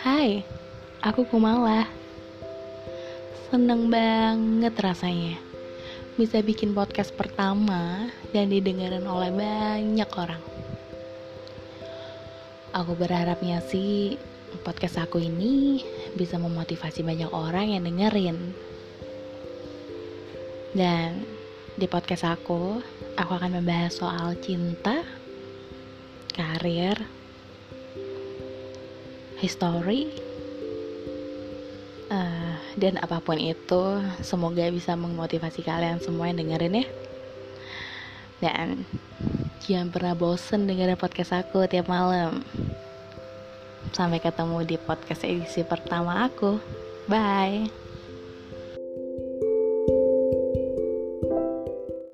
Hai, aku Kumala. Seneng banget rasanya bisa bikin podcast pertama dan didengarin oleh banyak orang. Aku berharapnya sih podcast aku ini bisa memotivasi banyak orang yang dengerin. Dan di podcast aku akan membahas soal cinta, karir, history, dan apapun itu, semoga bisa memotivasi kalian semua yang dengerin ya. Dan jangan pernah bosen dengerin podcast aku tiap malam. Sampai ketemu di podcast edisi pertama aku. Bye.